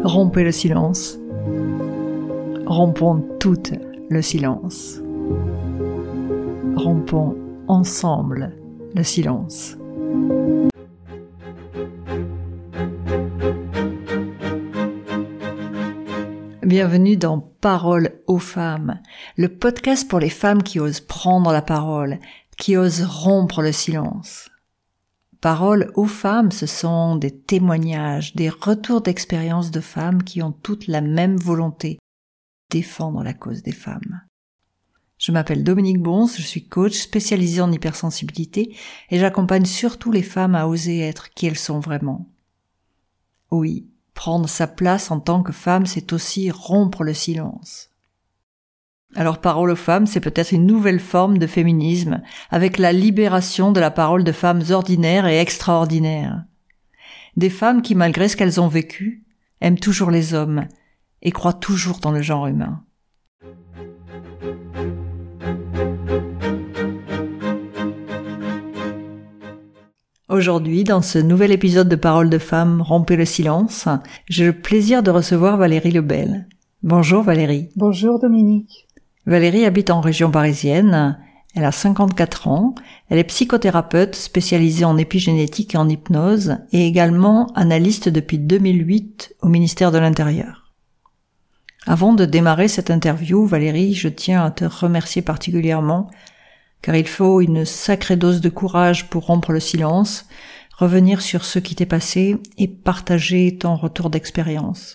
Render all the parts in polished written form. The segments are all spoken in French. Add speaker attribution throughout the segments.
Speaker 1: Rompez le silence. Rompons tout le silence. Rompons ensemble le silence. Bienvenue dans Parole aux femmes, le podcast pour les femmes qui osent prendre la parole, qui osent rompre le silence. Parole aux femmes, ce sont des témoignages, des retours d'expérience de femmes qui ont toutes la même volonté, défendre la cause des femmes. Je m'appelle Dominique Bons, je suis coach spécialisée en hypersensibilité et j'accompagne surtout les femmes à oser être qui elles sont vraiment. Oui, prendre sa place en tant que femme, c'est aussi rompre le silence. Alors Parole aux femmes, c'est peut-être une nouvelle forme de féminisme, avec la libération de la parole de femmes ordinaires et extraordinaires. Des femmes qui, malgré ce qu'elles ont vécu, aiment toujours les hommes et croient toujours dans le genre humain. Aujourd'hui, dans ce nouvel épisode de Parole de femmes, Rompez le silence, j'ai le plaisir de recevoir Valérie Lebel. Bonjour Valérie.
Speaker 2: Bonjour Dominique.
Speaker 1: Valérie habite en région parisienne, elle a 54 ans, elle est psychothérapeute spécialisée en épigénétique et en hypnose et également analyste depuis 2008 au ministère de l'Intérieur. Avant de démarrer cette interview, Valérie, je tiens à te remercier particulièrement car il faut une sacrée dose de courage pour rompre le silence, revenir sur ce qui t'est passé et partager ton retour d'expérience.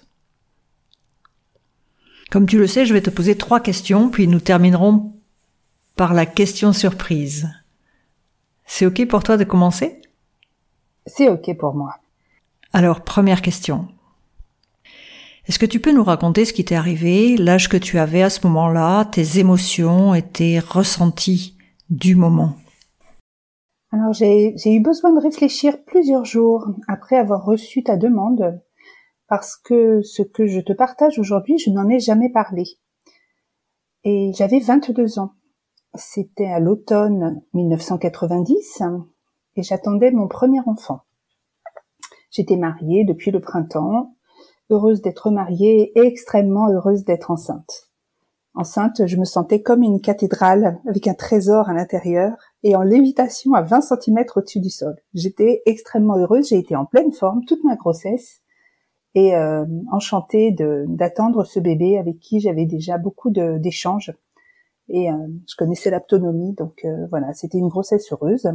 Speaker 1: Comme tu le sais, je vais te poser 3 questions, puis nous terminerons par la question surprise. C'est OK pour toi de commencer ?
Speaker 2: C'est OK pour moi.
Speaker 1: Alors, première question. Est-ce que tu peux nous raconter ce qui t'est arrivé, l'âge que tu avais à ce moment-là, tes émotions et tes ressentis du moment ?
Speaker 2: Alors, j'ai eu besoin de réfléchir plusieurs jours après avoir reçu ta demande, parce que ce que je te partage aujourd'hui, je n'en ai jamais parlé. Et j'avais 22 ans. C'était à l'automne 1990 et j'attendais mon premier enfant. J'étais mariée depuis le printemps, heureuse d'être mariée et extrêmement heureuse d'être enceinte. Enceinte, je me sentais comme une cathédrale avec un trésor à l'intérieur et en lévitation à 20 cm au-dessus du sol. J'étais extrêmement heureuse, j'ai été en pleine forme toute ma grossesse. Et enchantée d'attendre ce bébé avec qui j'avais déjà beaucoup d'échanges et je connaissais l'autonomie, donc voilà, c'était une grossesse heureuse.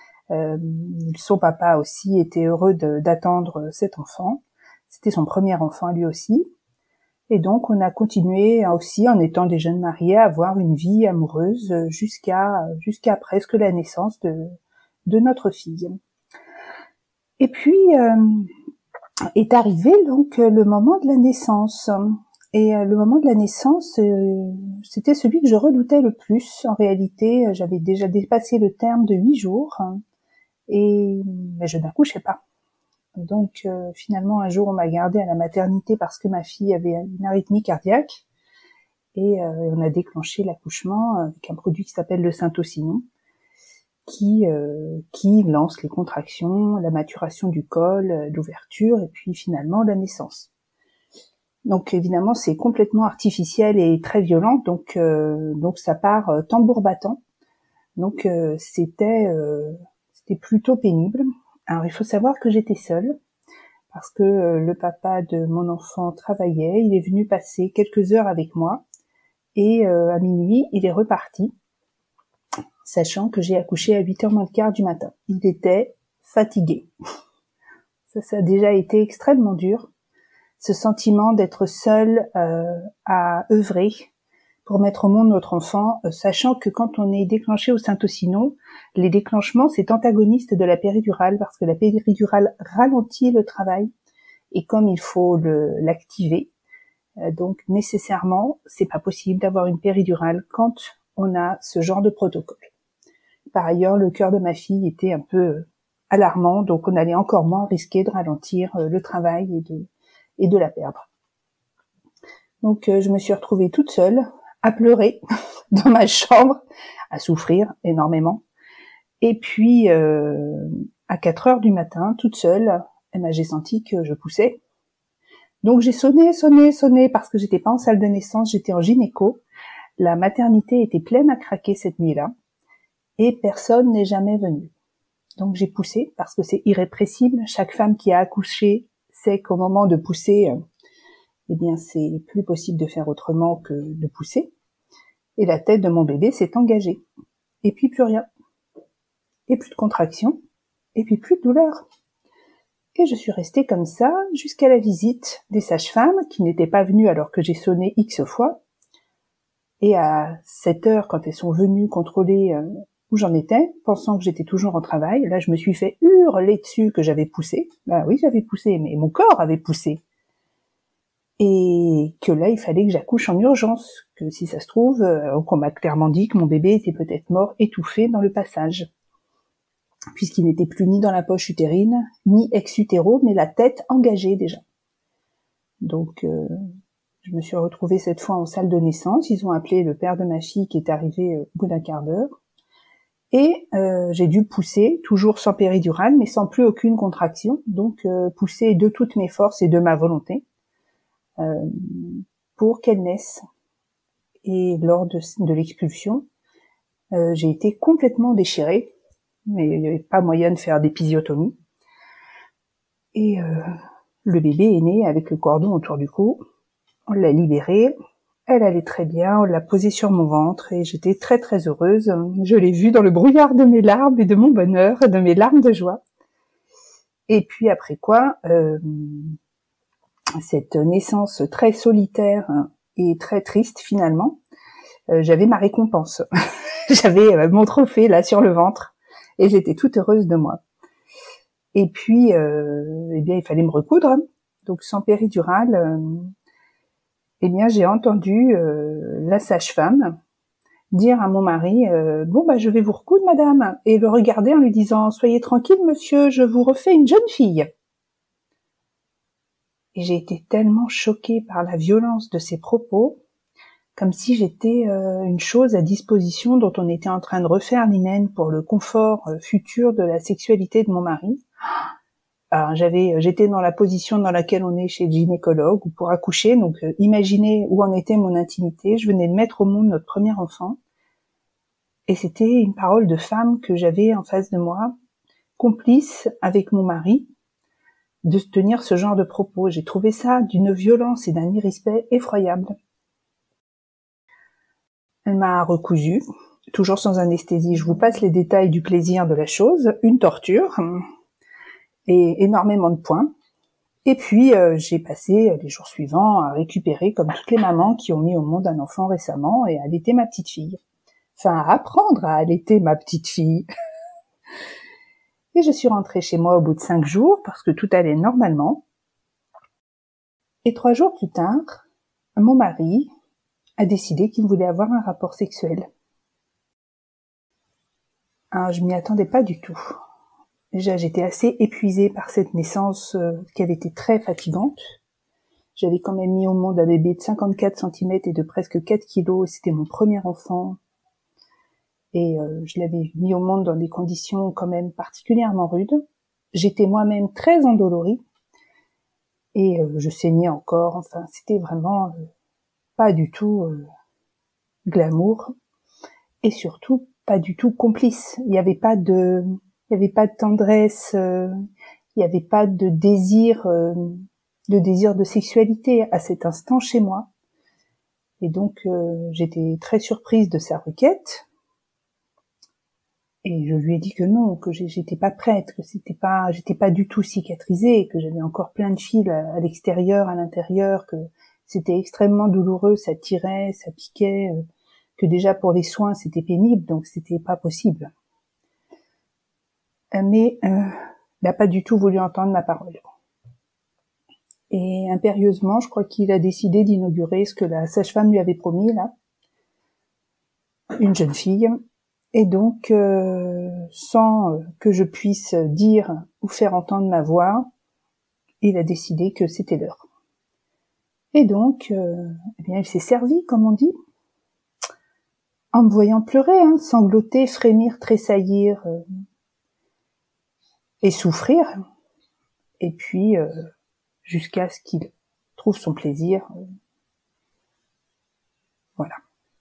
Speaker 2: Son papa aussi était heureux d'attendre cet enfant, c'était son premier enfant lui aussi, et donc on a continué aussi en étant des jeunes mariés à avoir une vie amoureuse jusqu'à presque la naissance de notre fille. Et puis est arrivé donc le moment de la naissance. Et le moment de la naissance, c'était celui que je redoutais le plus. En réalité, j'avais déjà dépassé le terme de 8 jours mais je n'accouchais pas. Donc finalement, un jour, on m'a gardée à la maternité parce que ma fille avait une arythmie cardiaque et on a déclenché l'accouchement avec un produit qui s'appelle le syntocinon, qui lance les contractions, la maturation du col, l'ouverture et puis finalement la naissance. Donc évidemment c'est complètement artificiel et très violent, donc ça part tambour battant. Donc c'était plutôt pénible. Alors il faut savoir que j'étais seule parce que le papa de mon enfant travaillait, il est venu passer quelques heures avec moi et à minuit il est reparti, sachant que j'ai accouché à 8h moins le quart du matin. Il était fatigué. Ça a déjà été extrêmement dur, ce sentiment d'être seul à œuvrer pour mettre au monde notre enfant, sachant que quand on est déclenché au syntocinon, les déclenchements, c'est antagoniste de la péridurale, parce que la péridurale ralentit le travail, et comme il faut l'activer, donc nécessairement, c'est pas possible d'avoir une péridurale quand on a ce genre de protocole. Par ailleurs, le cœur de ma fille était un peu alarmant, donc on allait encore moins risquer de ralentir le travail et de la perdre. Donc je me suis retrouvée toute seule, à pleurer dans ma chambre, à souffrir énormément. Et puis à 4h du matin, toute seule, j'ai senti que je poussais. Donc j'ai sonné parce que j'étais pas en salle de naissance, j'étais en gynéco. La maternité était pleine à craquer cette nuit-là et personne n'est jamais venu. Donc j'ai poussé parce que c'est irrépressible. Chaque femme qui a accouché sait qu'au moment de pousser, eh bien c'est plus possible de faire autrement que de pousser. Et la tête de mon bébé s'est engagée. Et puis plus rien. Et plus de contraction. Et puis plus de douleur. Et je suis restée comme ça jusqu'à la visite des sages-femmes qui n'étaient pas venues alors que j'ai sonné X fois. Et à 7 heures, quand elles sont venues contrôler où j'en étais, pensant que j'étais toujours en travail, là je me suis fait hurler dessus que j'avais poussé. Ben oui, j'avais poussé, mais mon corps avait poussé. Et que là, il fallait que j'accouche en urgence, que si ça se trouve, qu'on m'a clairement dit que mon bébé était peut-être mort étouffé dans le passage, puisqu'il n'était plus ni dans la poche utérine, ni ex-utéro, mais la tête engagée déjà. Donc, je me suis retrouvée cette fois en salle de naissance. Ils ont appelé le père de ma fille qui est arrivé au bout d'un quart d'heure. Et j'ai dû pousser, toujours sans péridurale, mais sans plus aucune contraction. Donc, pousser de toutes mes forces et de ma volonté. Pour qu'elle naisse. Et lors de l'expulsion, j'ai été complètement déchirée, mais il n'y avait pas moyen de faire d'épisiotomie. Et le bébé est né avec le cordon autour du cou. On l'a libérée, elle allait très bien, on l'a posée sur mon ventre et j'étais très très heureuse. Je l'ai vue dans le brouillard de mes larmes et de mon bonheur, de mes larmes de joie. Et puis après quoi, cette naissance très solitaire et très triste finalement, j'avais ma récompense. J'avais mon trophée là sur le ventre et j'étais toute heureuse de moi. Et puis, eh bien, il fallait me recoudre. Donc sans péridurale, eh bien, j'ai entendu la sage-femme dire à mon mari bon bah je vais vous recoudre madame, et le regarder en lui disant soyez tranquille monsieur, je vous refais une jeune fille. Et j'ai été tellement choquée par la violence de ces propos, comme si j'étais une chose à disposition dont on était en train de refaire l'hymen pour le confort futur de la sexualité de mon mari. Alors, j'étais dans la position dans laquelle on est chez le gynécologue ou pour accoucher, donc imaginez où en était mon intimité. Je venais de mettre au monde notre premier enfant, et c'était une parole de femme que j'avais en face de moi, complice avec mon mari, de tenir ce genre de propos. J'ai trouvé ça d'une violence et d'un irrespect effroyable. Elle m'a recousu, toujours sans anesthésie. Je vous passe les détails du plaisir de la chose. Une torture et énormément de points. Et puis, j'ai passé les jours suivants à récupérer, comme toutes les mamans qui ont mis au monde un enfant récemment, et à allaiter ma petite fille. Enfin, à apprendre à allaiter ma petite fille. Et je suis rentrée chez moi au bout de 5 jours, parce que tout allait normalement. Et 3 jours plus tard, mon mari a décidé qu'il voulait avoir un rapport sexuel. Alors, je m'y attendais pas du tout. Déjà, j'étais assez épuisée par cette naissance qui avait été très fatigante. J'avais quand même mis au monde un bébé de 54 cm et de presque 4 kg, et c'était mon premier enfant. Et je l'avais mis au monde dans des conditions quand même particulièrement rudes. J'étais moi-même très endolorie, et je saignais encore. Enfin, c'était vraiment pas du tout glamour, et surtout pas du tout complice. Il n'y avait pas de tendresse, il n'y avait pas de désir de sexualité à cet instant chez moi. Et donc j'étais très surprise de sa requête. Et je lui ai dit que non, que j'étais pas prête, que j'étais pas du tout cicatrisée, que j'avais encore plein de fils à l'extérieur, à l'intérieur, que c'était extrêmement douloureux, ça tirait, ça piquait, que déjà pour les soins c'était pénible, donc c'était pas possible. Mais il n'a pas du tout voulu entendre ma parole. Et impérieusement, je crois qu'il a décidé d'inaugurer ce que la sage-femme lui avait promis là, une jeune fille. Et donc, sans que je puisse dire ou faire entendre ma voix, il a décidé que c'était l'heure. Et donc, eh bien, il s'est servi, comme on dit, en me voyant pleurer, sangloter, frémir, tressaillir et souffrir. Et puis, jusqu'à ce qu'il trouve son plaisir. Voilà.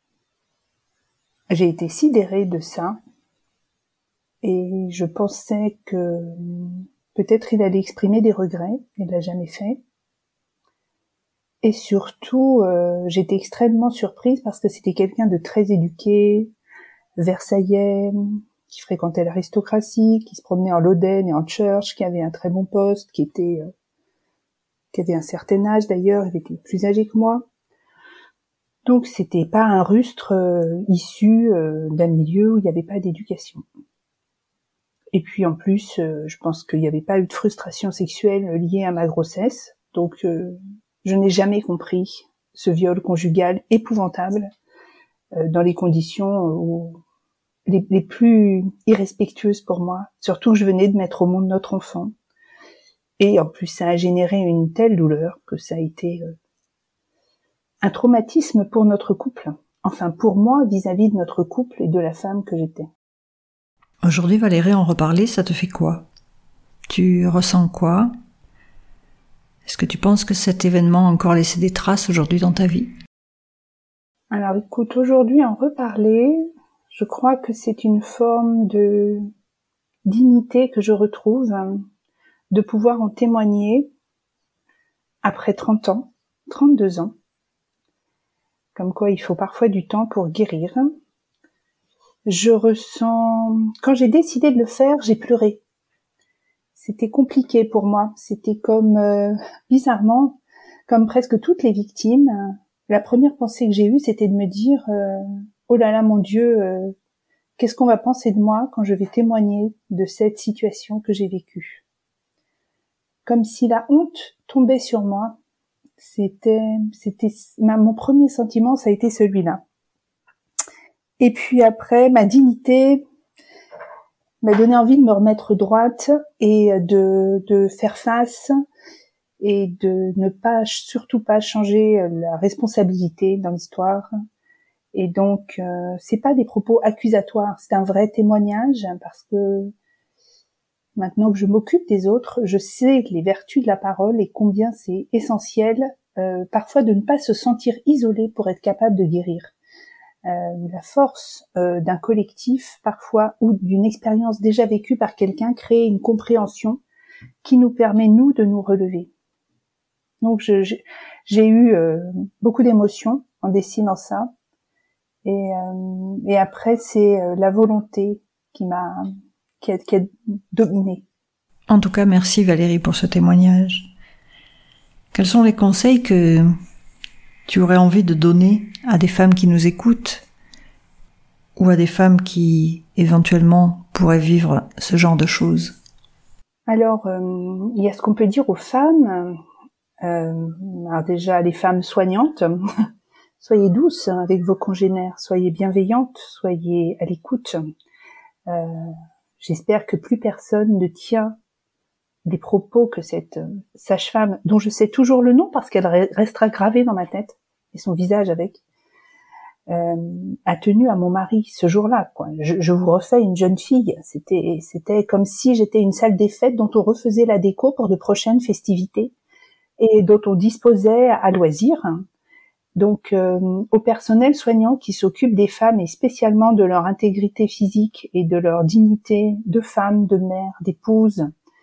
Speaker 2: J'ai été sidérée de ça et je pensais que peut-être il allait exprimer des regrets, il l'a jamais fait. Et surtout, j'étais extrêmement surprise parce que c'était quelqu'un de très éduqué, versaillais, qui fréquentait l'aristocratie, qui se promenait en Lodène et en Church, qui avait un très bon poste, qui avait un certain âge d'ailleurs, il était plus âgé que moi. Donc c'était pas un rustre issu d'un milieu où il n'y avait pas d'éducation. Et puis en plus, je pense qu'il n'y avait pas eu de frustration sexuelle liée à ma grossesse. Donc je n'ai jamais compris ce viol conjugal épouvantable dans les conditions les plus irrespectueuses pour moi. Surtout que je venais de mettre au monde notre enfant. Et en plus, ça a généré une telle douleur que ça a été un traumatisme pour notre couple. Enfin, pour moi, vis-à-vis de notre couple et de la femme que j'étais.
Speaker 1: Aujourd'hui, Valérie, en reparler, ça te fait quoi? Tu ressens quoi? Est-ce que tu penses que cet événement a encore laissé des traces aujourd'hui dans ta vie?
Speaker 2: Alors écoute, aujourd'hui, en reparler, je crois que c'est une forme de dignité que je retrouve, de pouvoir en témoigner après 30 ans, 32 ans. Comme quoi, il faut parfois du temps pour guérir. Je ressens... Quand j'ai décidé de le faire, j'ai pleuré. C'était compliqué pour moi. C'était comme, bizarrement, comme presque toutes les victimes, la première pensée que j'ai eue, c'était de me dire oh là là, mon Dieu, qu'est-ce qu'on va penser de moi quand je vais témoigner de cette situation que j'ai vécue? Comme si la honte tombait sur moi. Mon premier sentiment, ça a été celui-là. Et puis après, ma dignité m'a donné envie de me remettre droite et de faire face et de ne pas, surtout pas changer la responsabilité dans l'histoire. Et donc, c'est pas des propos accusatoires, c'est un vrai témoignage parce que maintenant que je m'occupe des autres, je sais les vertus de la parole et combien c'est essentiel parfois de ne pas se sentir isolé pour être capable de guérir. La force d'un collectif parfois ou d'une expérience déjà vécue par quelqu'un crée une compréhension qui nous permet nous de nous relever. Donc j'ai eu beaucoup d'émotions en dessinant ça et après c'est la volonté qui a dominé.
Speaker 1: En tout cas, merci Valérie pour ce témoignage. Quels sont les conseils que tu aurais envie de donner à des femmes qui nous écoutent ou à des femmes qui, éventuellement, pourraient vivre ce genre de choses?
Speaker 2: Alors, il y a ce qu'on peut dire aux femmes. Alors déjà, les femmes soignantes, soyez douces avec vos congénères, soyez bienveillantes, soyez à l'écoute. J'espère que plus personne ne tient des propos que cette sage-femme, dont je sais toujours le nom parce qu'elle restera gravée dans ma tête, et son visage avec, a tenu à mon mari ce jour-là, quoi. Je vous refais une jeune fille. C'était comme si j'étais une salle des fêtes dont on refaisait la déco pour de prochaines festivités et dont on disposait à loisir. Donc, au personnel soignant qui s'occupe des femmes et spécialement de leur intégrité physique et de leur dignité de femme, de mère, d'épouse,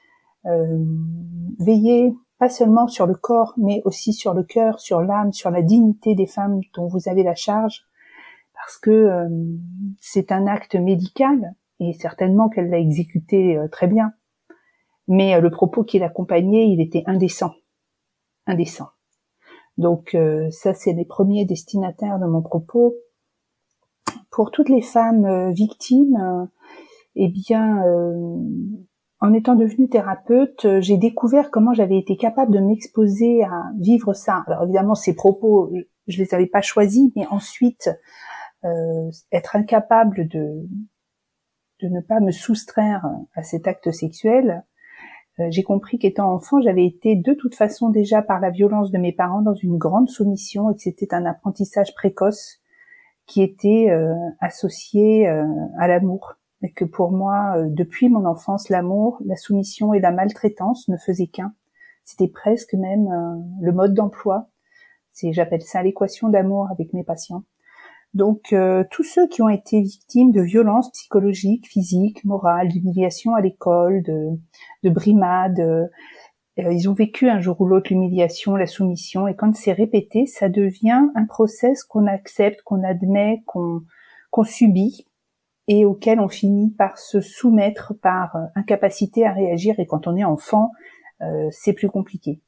Speaker 2: veillez pas seulement sur le corps, mais aussi sur le cœur, sur l'âme, sur la dignité des femmes dont vous avez la charge, parce que c'est un acte médical, et certainement qu'elle l'a exécuté très bien. Mais le propos qui l'accompagnait, il était indécent. Indécent. Donc ça, c'est les premiers destinataires de mon propos. Pour toutes les femmes victimes, eh bien... en étant devenue thérapeute, j'ai découvert comment j'avais été capable de m'exposer à vivre ça. Alors évidemment, ces propos, je les avais pas choisis, mais ensuite, être incapable de ne pas me soustraire à cet acte sexuel, j'ai compris qu'étant enfant, j'avais été de toute façon déjà par la violence de mes parents dans une grande soumission et que c'était un apprentissage précoce qui était associé à l'amour. Et que pour moi, depuis mon enfance, l'amour, la soumission et la maltraitance ne faisaient qu'un. C'était presque même le mode d'emploi. J'appelle ça l'équation d'amour avec mes patients. Donc tous ceux qui ont été victimes de violences psychologiques, physiques, morales, d'humiliation à l'école, de brimades, ils ont vécu un jour ou l'autre l'humiliation, la soumission, et quand c'est répété, ça devient un process qu'on accepte, qu'on admet, qu'on subit, et auquel on finit par se soumettre par incapacité à réagir, et quand on est enfant, c'est plus compliqué.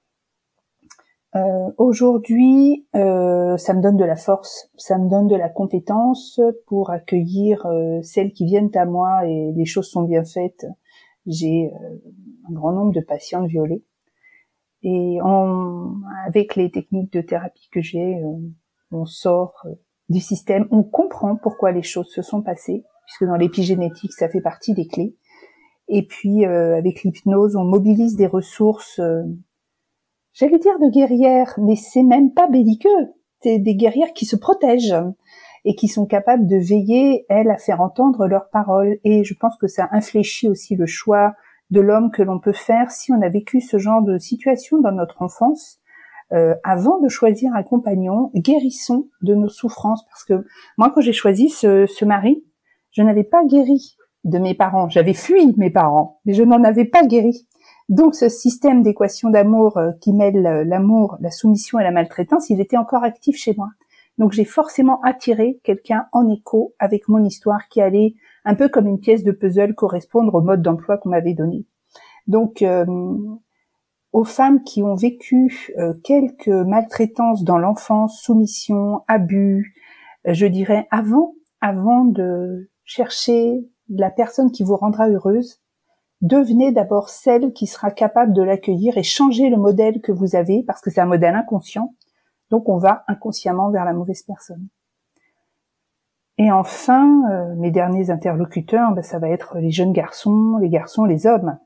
Speaker 2: Aujourd'hui, ça me donne de la force, ça me donne de la compétence pour accueillir celles qui viennent à moi, et les choses sont bien faites. J'ai un grand nombre de patientes violées. Et avec les techniques de thérapie que j'ai, on sort du système, on comprend pourquoi les choses se sont passées, puisque dans l'épigénétique, ça fait partie des clés. Et puis, avec l'hypnose, on mobilise des ressources, j'allais dire de guerrières, mais c'est même pas belliqueux. C'est des guerrières qui se protègent et qui sont capables de veiller, elles, à faire entendre leurs paroles. Et je pense que ça infléchit aussi le choix de l'homme que l'on peut faire si on a vécu ce genre de situation dans notre enfance. Avant de choisir un compagnon, guérissons de nos souffrances. Parce que moi, quand j'ai choisi ce mari, je n'avais pas guéri de mes parents. J'avais fui mes parents, mais je n'en avais pas guéri. Donc ce système d'équation d'amour qui mêle l'amour, la soumission et la maltraitance, il était encore actif chez moi. Donc j'ai forcément attiré quelqu'un en écho avec mon histoire qui allait, un peu comme une pièce de puzzle, correspondre au mode d'emploi qu'on m'avait donné. Donc aux femmes qui ont vécu quelques maltraitances dans l'enfance, soumission, abus, je dirais avant de chercher la personne qui vous rendra heureuse, devenez d'abord celle qui sera capable de l'accueillir et changer le modèle que vous avez, parce que c'est un modèle inconscient, donc on va inconsciemment vers la mauvaise personne. Et enfin, mes derniers interlocuteurs, ça va être les jeunes garçons, les hommes.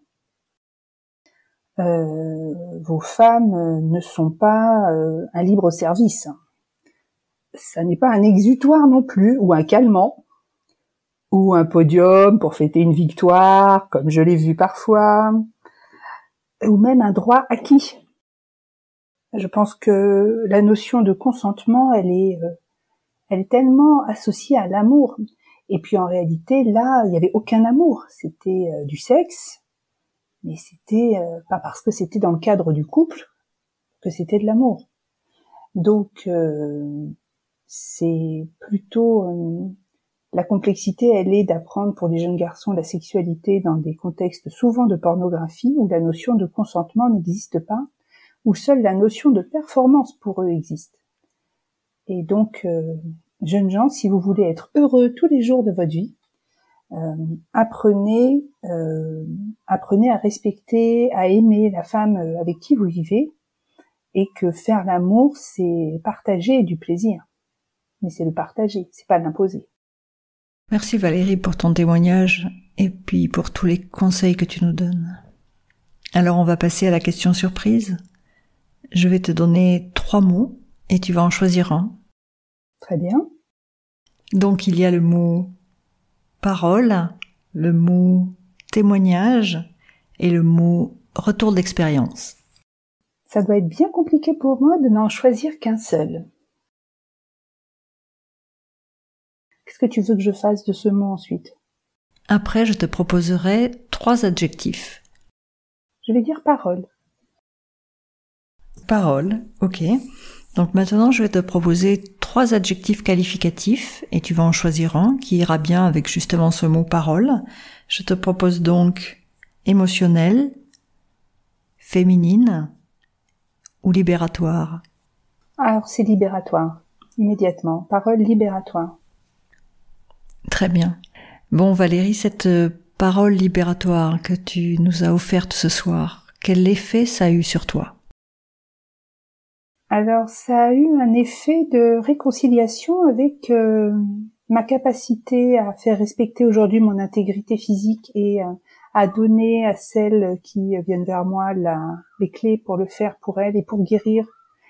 Speaker 2: Vos femmes ne sont pas un libre service. Ça n'est pas un exutoire non plus, ou un calmant, ou un podium pour fêter une victoire, comme je l'ai vu parfois, ou même un droit acquis. Je pense que la notion de consentement, elle est tellement associée à l'amour. Et puis en réalité, là, il n'y avait aucun amour. C'était du sexe, mais c'était pas parce que c'était dans le cadre du couple que c'était de l'amour. Donc, c'est plutôt... la complexité, elle est d'apprendre pour les jeunes garçons la sexualité dans des contextes souvent de pornographie, où la notion de consentement n'existe pas, où seule la notion de performance pour eux existe. Et donc, jeunes gens, si vous voulez être heureux tous les jours de votre vie, apprenez à respecter, à aimer la femme avec qui vous vivez, et que faire l'amour, c'est partager du plaisir. Mais c'est le partager, c'est pas l'imposer.
Speaker 1: Merci Valérie pour ton témoignage et puis pour tous les conseils que tu nous donnes. Alors on va passer à la question surprise. Je vais te donner 3 mots et tu vas en choisir un.
Speaker 2: Très bien.
Speaker 1: Donc il y a le mot parole, le mot témoignage et le mot retour d'expérience.
Speaker 2: Ça doit être bien compliqué pour moi de n'en choisir qu'un seul. Qu'est-ce que tu veux que je fasse de ce mot ensuite ?
Speaker 1: Après, je te proposerai 3 adjectifs.
Speaker 2: Je vais dire parole.
Speaker 1: Parole, ok. Donc maintenant, je vais te proposer 3 adjectifs qualificatifs et tu vas en choisir un qui ira bien avec justement ce mot parole. Je te propose donc émotionnel, féminine ou libératoire.
Speaker 2: Alors c'est libératoire, immédiatement. Parole libératoire.
Speaker 1: Très bien. Bon Valérie, cette parole libératoire que tu nous as offerte ce soir, quel effet ça a eu sur toi ?
Speaker 2: Alors ça a eu un effet de réconciliation avec ma capacité à faire respecter aujourd'hui mon intégrité physique et à donner à celles qui viennent vers moi les clés pour le faire pour elles et pour guérir.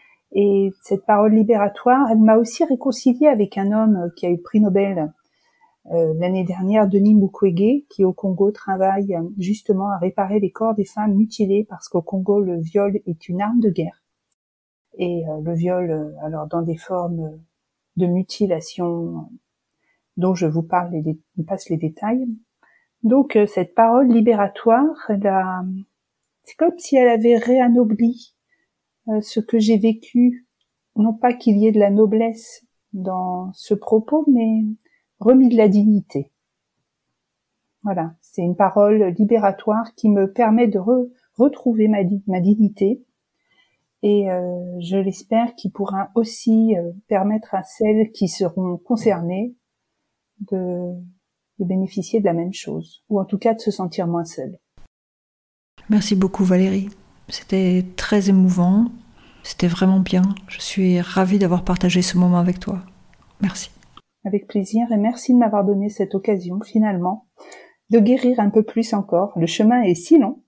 Speaker 2: Et cette parole libératoire, elle m'a aussi réconciliée avec un homme qui a eu le prix Nobel L'année dernière, Denis Mukwege, qui au Congo travaille justement à réparer les corps des femmes mutilées, parce qu'au Congo, le viol est une arme de guerre. Et le viol, alors dans des formes de mutilation dont je vous parle et passe les détails. Donc cette parole libératoire, c'est comme si elle avait réanobli ce que j'ai vécu, non pas qu'il y ait de la noblesse dans ce propos, mais remis de la dignité. Voilà, c'est une parole libératoire qui me permet de retrouver ma dignité, et je l'espère qu'il pourra aussi permettre à celles qui seront concernées de bénéficier de la même chose, ou en tout cas de se sentir moins seule.
Speaker 1: Merci beaucoup Valérie, c'était très émouvant, c'était vraiment bien, je suis ravie d'avoir partagé ce moment avec toi. Merci.
Speaker 2: Avec plaisir, et merci de m'avoir donné cette occasion finalement de guérir un peu plus encore. Le chemin est si long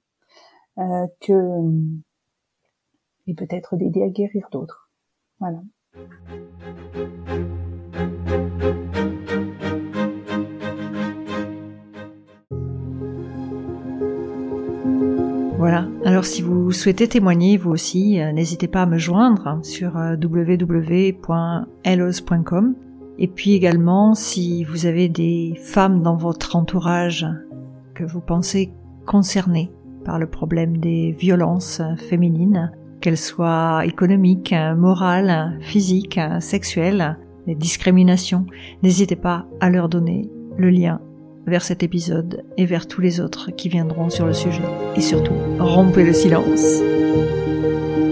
Speaker 2: et peut-être d'aider à guérir d'autres. Voilà.
Speaker 1: Voilà, alors si vous souhaitez témoigner vous aussi, n'hésitez pas à me joindre sur www.hellos.com. Et puis également, si vous avez des femmes dans votre entourage que vous pensez concernées par le problème des violences féminines, qu'elles soient économiques, morales, physiques, sexuelles, des discriminations, n'hésitez pas à leur donner le lien vers cet épisode et vers tous les autres qui viendront sur le sujet. Et surtout, rompez le silence.